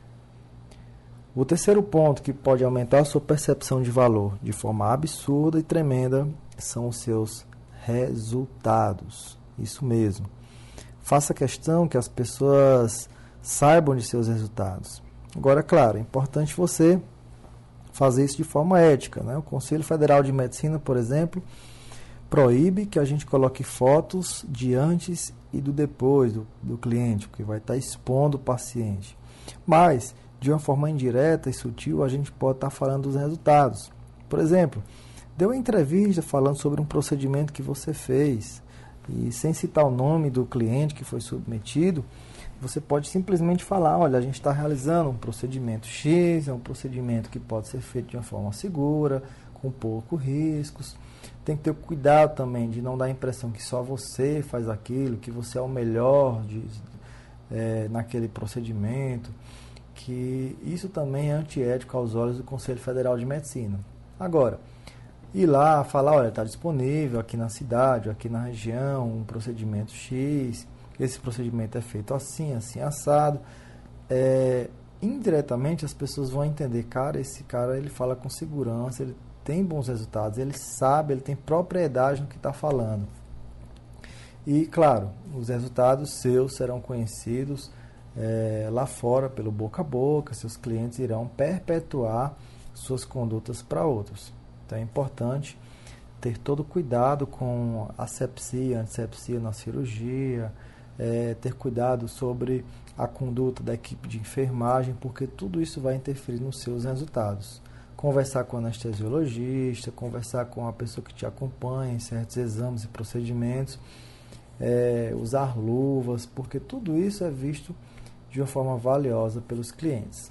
O terceiro ponto que pode aumentar a sua percepção de valor de forma absurda e tremenda são os seus resultados. Isso mesmo. Faça questão que as pessoas saibam de seus resultados. Agora, claro, é importante você fazer isso de forma ética, né? O Conselho Federal de Medicina, por exemplo, proíbe que a gente coloque fotos de antes e do depois do cliente, porque vai estar expondo o paciente. Mas, de uma forma indireta e sutil, a gente pode estar falando dos resultados. Por exemplo, deu uma entrevista falando sobre um procedimento que você fez e sem citar o nome do cliente que foi submetido, você pode simplesmente falar, olha, a gente está realizando um procedimento X, é um procedimento que pode ser feito de uma forma segura, com poucos riscos. tem que ter cuidado também de não dar a impressão que só você faz aquilo, que você é o melhor naquele procedimento, que isso também é antiético aos olhos do Conselho Federal de Medicina. Agora, ir lá, falar, olha, está disponível aqui na cidade, aqui na região, um procedimento X, esse procedimento é feito assim, assim, assado. Indiretamente as pessoas vão entender, cara, esse cara ele fala com segurança, ele tem bons resultados, ele sabe, ele tem propriedade no que está falando. E, claro, os resultados seus serão conhecidos lá fora, pelo boca a boca, seus clientes irão perpetuar suas condutas para outros. Então é importante ter todo cuidado com asepsia, antisepsia na cirurgia, ter cuidado sobre a conduta da equipe de enfermagem, porque tudo isso vai interferir nos seus resultados. Conversar com o anestesiologista, conversar com a pessoa que te acompanha em certos exames e procedimentos, usar luvas, porque tudo isso é visto de uma forma valiosa pelos clientes.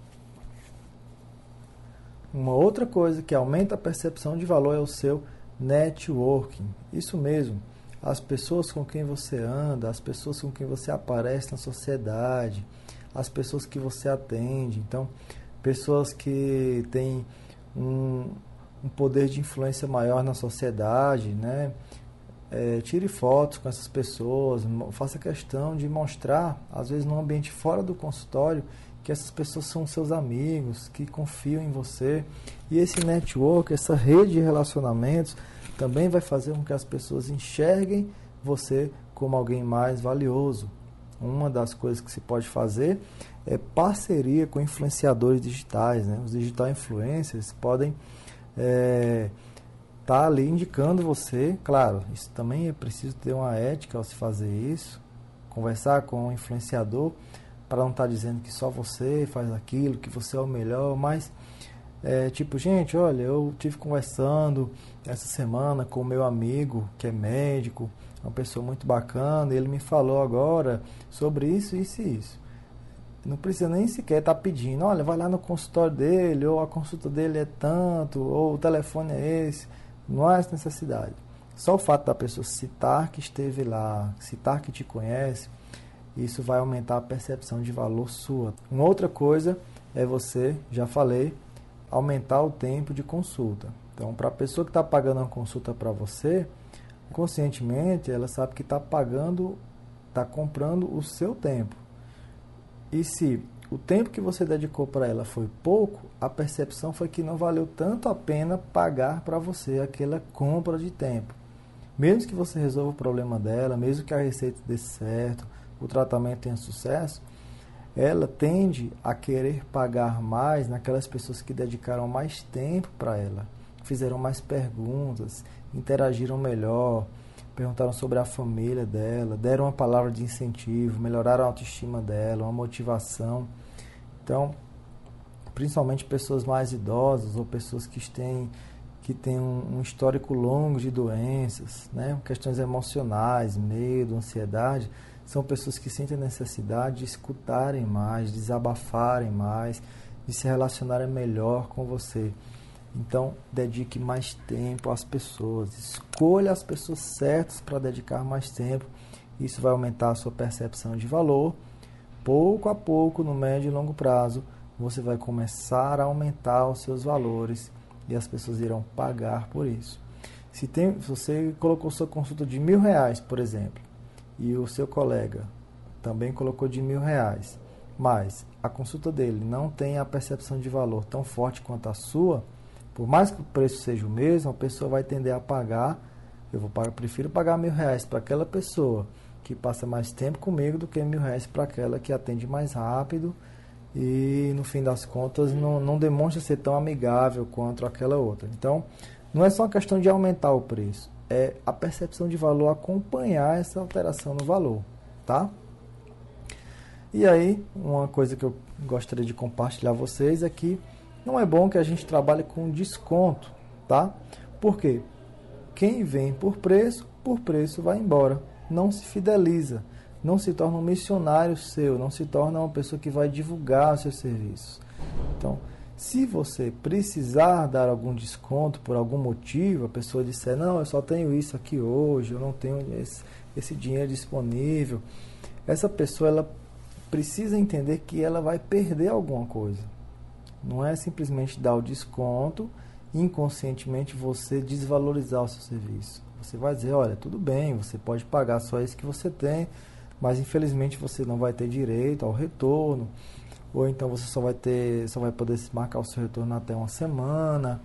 Uma outra coisa que aumenta a percepção de valor é o seu networking. Isso mesmo, as pessoas com quem você anda, as pessoas com quem você aparece na sociedade, as pessoas que você atende. Então, pessoas que têm um poder de influência maior na sociedade, né? Tire fotos com essas pessoas, faça questão de mostrar, às vezes num ambiente fora do consultório, que essas pessoas são seus amigos, que confiam em você. E esse network, essa rede de relacionamentos, também vai fazer com que as pessoas enxerguem você como alguém mais valioso. Uma das coisas que se pode fazer é parceria com influenciadores digitais, né? Os digital influencers podem tá ali indicando você. Claro, isso também é preciso ter uma ética ao se fazer isso, conversar com o influenciador para não estar dizendo que só você faz aquilo, que você é o melhor, mas tipo, gente, olha, eu tive conversando essa semana com o meu amigo que é médico, uma pessoa muito bacana, e ele me falou agora sobre isso, isso e isso. Não precisa nem sequer estar pedindo, olha, vai lá no consultório dele, ou a consulta dele é tanto, ou o telefone é esse. Não há essa necessidade. Só o fato da pessoa citar que esteve lá, citar que te conhece, isso vai aumentar a percepção de valor sua. Uma outra coisa é você, já falei, aumentar o tempo de consulta. Então, para a pessoa que está pagando uma consulta para você, conscientemente ela sabe que está pagando, está comprando o seu tempo. E se o tempo que você dedicou para ela foi pouco, a percepção foi que não valeu tanto a pena pagar para você aquela compra de tempo. Mesmo que você resolva o problema dela, mesmo que a receita dê certo, o tratamento tenha sucesso, ela tende a querer pagar mais naquelas pessoas que dedicaram mais tempo para ela, fizeram mais perguntas, interagiram melhor, perguntaram sobre a família dela, deram uma palavra de incentivo, melhoraram a autoestima dela, uma motivação. Então, principalmente pessoas mais idosas ou pessoas que têm um histórico longo de doenças, né? Questões emocionais, medo, ansiedade, são pessoas que sentem a necessidade de escutarem mais, de desabafarem mais, de se relacionarem melhor com você. Então, dedique mais tempo às pessoas, escolha as pessoas certas para dedicar mais tempo. Isso vai aumentar a sua percepção de valor. Pouco a pouco, no médio e longo prazo, você vai começar a aumentar os seus valores e as pessoas irão pagar por isso. Se você colocou sua consulta de R$1.000, por exemplo, e o seu colega também colocou de R$1.000, mas a consulta dele não tem a percepção de valor tão forte quanto a sua, por mais que o preço seja o mesmo, a pessoa vai tender a pagar. Prefiro pagar R$1.000 para aquela pessoa que passa mais tempo comigo do que R$1.000 para aquela que atende mais rápido e, no fim das contas, não demonstra ser tão amigável quanto aquela outra. Então, não é só uma questão de aumentar o preço, é a percepção de valor acompanhar essa alteração no valor, tá? E aí, uma coisa que eu gostaria de compartilhar com vocês é que não é bom que a gente trabalhe com desconto, tá? Por quê? Quem vem por preço vai embora. Não se fideliza, não se torna um missionário seu, não se torna uma pessoa que vai divulgar os seus serviços. Então, Se você precisar dar algum desconto por algum motivo, a pessoa disser, não, eu só tenho isso aqui hoje, eu não tenho esse dinheiro disponível, essa pessoa ela precisa entender que ela vai perder alguma coisa. Não é simplesmente dar o desconto e inconscientemente você desvalorizar o seu serviço. Você vai dizer, olha, tudo bem, você pode pagar só isso que você tem, mas infelizmente você não vai ter direito ao retorno, ou então você só vai poder marcar o seu retorno até uma semana.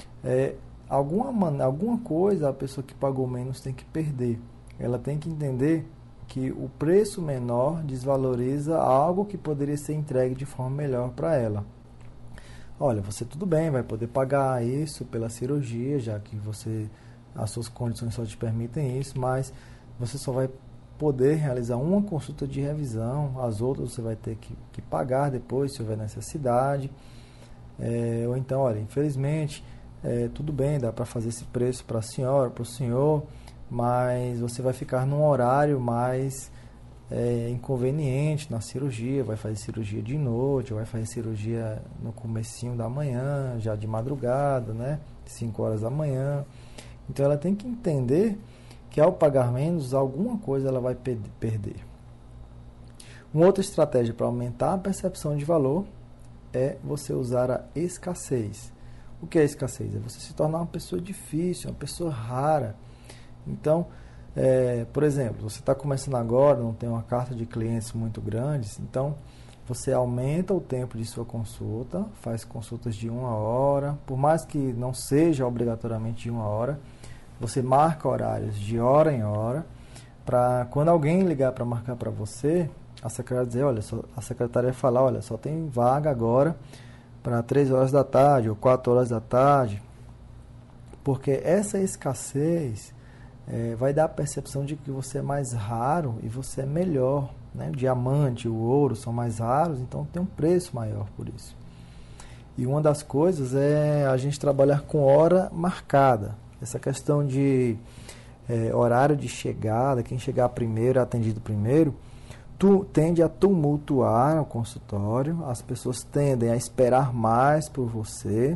Alguma coisa a pessoa que pagou menos tem que perder. Ela tem que entender que o preço menor desvaloriza algo que poderia ser entregue de forma melhor para ela. Olha, você tudo bem, vai poder pagar isso pela cirurgia, já que as suas condições só te permitem isso, mas você só vai poder realizar uma consulta de revisão, as outras você vai ter que pagar depois, se houver necessidade. Ou então, olha, infelizmente, tudo bem, dá para fazer esse preço para a senhora, para o senhor, mas você vai ficar num horário mais inconveniente na cirurgia, vai fazer cirurgia de noite, vai fazer cirurgia no comecinho da manhã, já de madrugada, né, 5 horas da manhã. Então ela tem que entender que ao pagar menos, alguma coisa ela vai perder. Uma outra estratégia para aumentar a percepção de valor é você usar a escassez. O que é escassez? É você se tornar uma pessoa difícil, uma pessoa rara. Então, por exemplo, você está começando agora, não tem uma carta de clientes muito grandes, então você aumenta o tempo de sua consulta, faz consultas de 1 hora, por mais que não seja obrigatoriamente de 1 hora, você marca horários de hora em hora, para quando alguém ligar para marcar para você, a secretária falar, olha, só tem vaga agora para 3 horas da tarde ou 4 horas da tarde, porque essa escassez vai dar a percepção de que você é mais raro e você é melhor, né? O diamante, o ouro são mais raros, então tem um preço maior por isso. E uma das coisas é a gente trabalhar com hora marcada. Essa questão de horário de chegada, quem chegar primeiro é atendido primeiro, tende a tumultuar o consultório, as pessoas tendem a esperar mais por você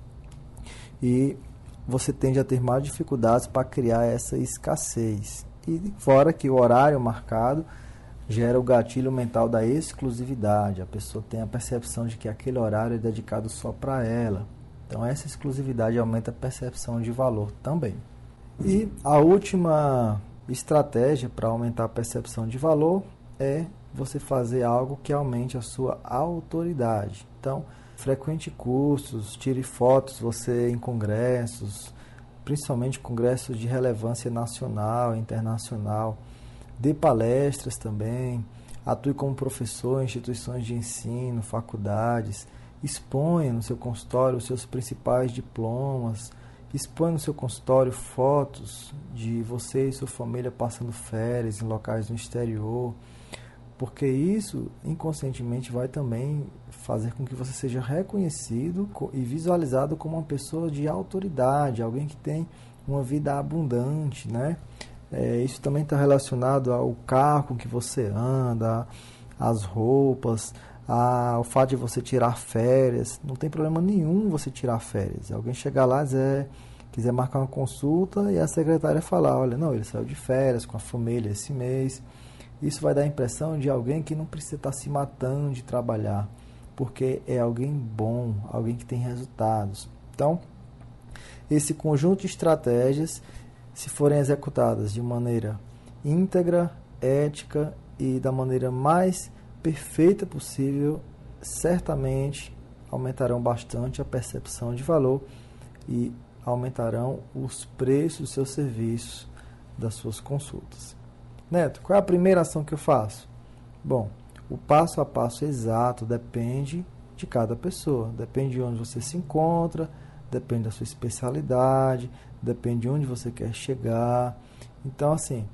e você tende a ter mais dificuldades para criar essa escassez. E fora que o horário marcado gera o gatilho mental da exclusividade, a pessoa tem a percepção de que aquele horário é dedicado só para ela. Então essa exclusividade aumenta a percepção de valor também. E a última estratégia para aumentar a percepção de valor é você fazer algo que aumente a sua autoridade. Então, frequente cursos, tire fotos você em congressos, principalmente congressos de relevância nacional e internacional. Dê palestras também, atue como professor em instituições de ensino, faculdades. Exponha no seu consultório os seus principais diplomas, exponha no seu consultório fotos de você e sua família passando férias em locais no exterior, porque isso inconscientemente vai também fazer com que você seja reconhecido e visualizado como uma pessoa de autoridade, alguém que tem uma vida abundante, né? Isso também está relacionado ao carro com que você anda, às roupas, ao fato de você tirar férias. Não tem problema nenhum você tirar férias. Alguém chegar lá e quiser marcar uma consulta e a secretária falar, olha, não, ele saiu de férias com a família esse mês. Isso vai dar a impressão de alguém que não precisa estar se matando de trabalhar, porque é alguém bom, alguém que tem resultados. Então, esse conjunto de estratégias, se forem executadas de maneira íntegra, ética e da maneira mais perfeita possível, certamente aumentarão bastante a percepção de valor e aumentarão os preços dos seus serviços, das suas consultas. Neto, qual é a primeira ação que eu faço? Bom, o passo a passo exato depende de cada pessoa, depende de onde você se encontra, depende da sua especialidade, depende de onde você quer chegar. Então, assim,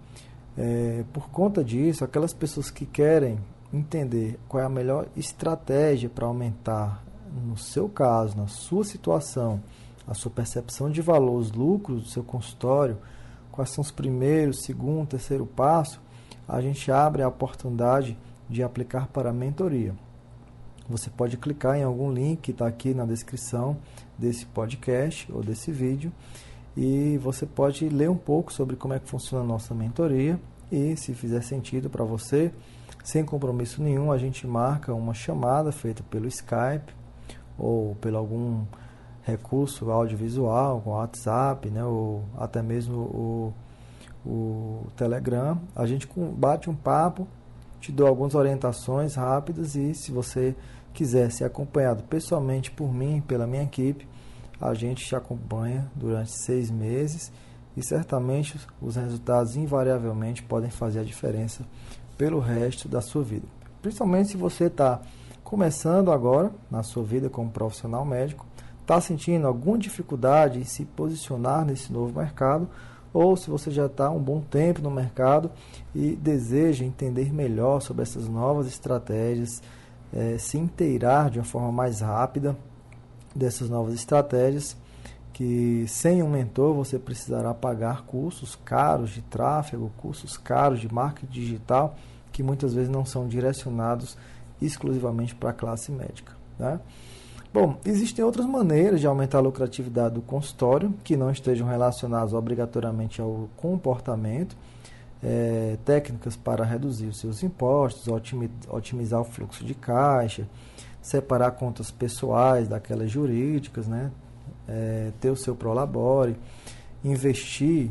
por conta disso, aquelas pessoas que querem entender qual é a melhor estratégia para aumentar, no seu caso, na sua situação, a sua percepção de valor, os lucros do seu consultório, quais são os primeiros, segundo, terceiro passo, a gente abre a oportunidade de aplicar para a mentoria. você pode clicar em algum link que está aqui na descrição desse podcast ou desse vídeo e você pode ler um pouco sobre como é que funciona a nossa mentoria e, se fizer sentido para você, sem compromisso nenhum, a gente marca uma chamada feita pelo Skype ou pelo algum recurso audiovisual, com WhatsApp, né, ou até mesmo o Telegram. A gente bate um papo, te dou algumas orientações rápidas e, se você quiser ser acompanhado pessoalmente por mim, pela minha equipe, a gente te acompanha durante 6 meses e certamente os resultados invariavelmente podem fazer a diferença pelo resto da sua vida. Principalmente se você está começando agora na sua vida como profissional médico, está sentindo alguma dificuldade em se posicionar nesse novo mercado, ou se você já está há um bom tempo no mercado e deseja entender melhor sobre essas novas estratégias, se inteirar de uma forma mais rápida dessas novas estratégias, que sem um mentor você precisará pagar cursos caros de tráfego, cursos caros de marketing digital, que muitas vezes não são direcionados exclusivamente para a classe médica, né? Bom, existem outras maneiras de aumentar a lucratividade do consultório que não estejam relacionadas obrigatoriamente ao comportamento, técnicas para reduzir os seus impostos, otimizar o fluxo de caixa, separar contas pessoais daquelas jurídicas, né? Ter o seu prolabore, investir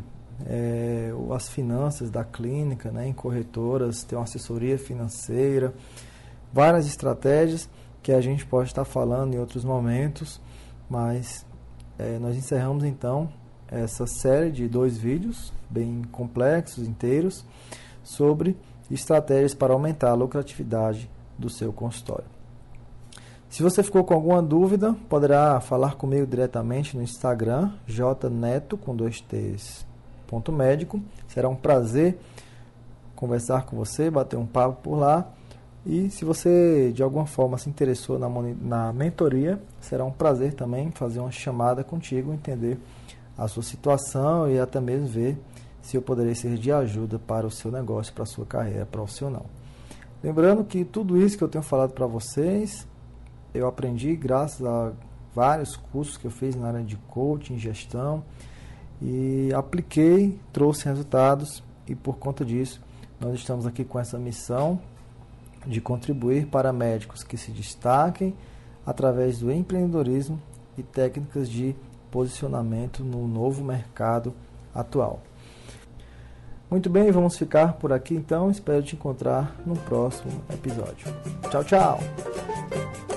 as finanças da clínica, né, em corretoras, ter uma assessoria financeira, várias estratégias que a gente pode estar falando em outros momentos, mas nós encerramos então essa série de 2 vídeos bem complexos, inteiros, sobre estratégias para aumentar a lucratividade do seu consultório. Se você ficou com alguma dúvida, poderá falar comigo diretamente no Instagram, jneto, com 2 T's, .médico. Será um prazer conversar com você, bater um papo por lá. E se você de alguma forma se interessou na mentoria, será um prazer também fazer uma chamada contigo, entender a sua situação e até mesmo ver se eu poderei ser de ajuda para o seu negócio, para a sua carreira profissional. Lembrando que tudo isso que eu tenho falado para vocês, eu aprendi graças a vários cursos que eu fiz na área de coaching, gestão, e apliquei, trouxe resultados, e por conta disso nós estamos aqui com essa missão de contribuir para médicos que se destaquem através do empreendedorismo e técnicas de posicionamento no novo mercado atual. Muito bem, vamos ficar por aqui então. Espero te encontrar no próximo episódio. Tchau, tchau!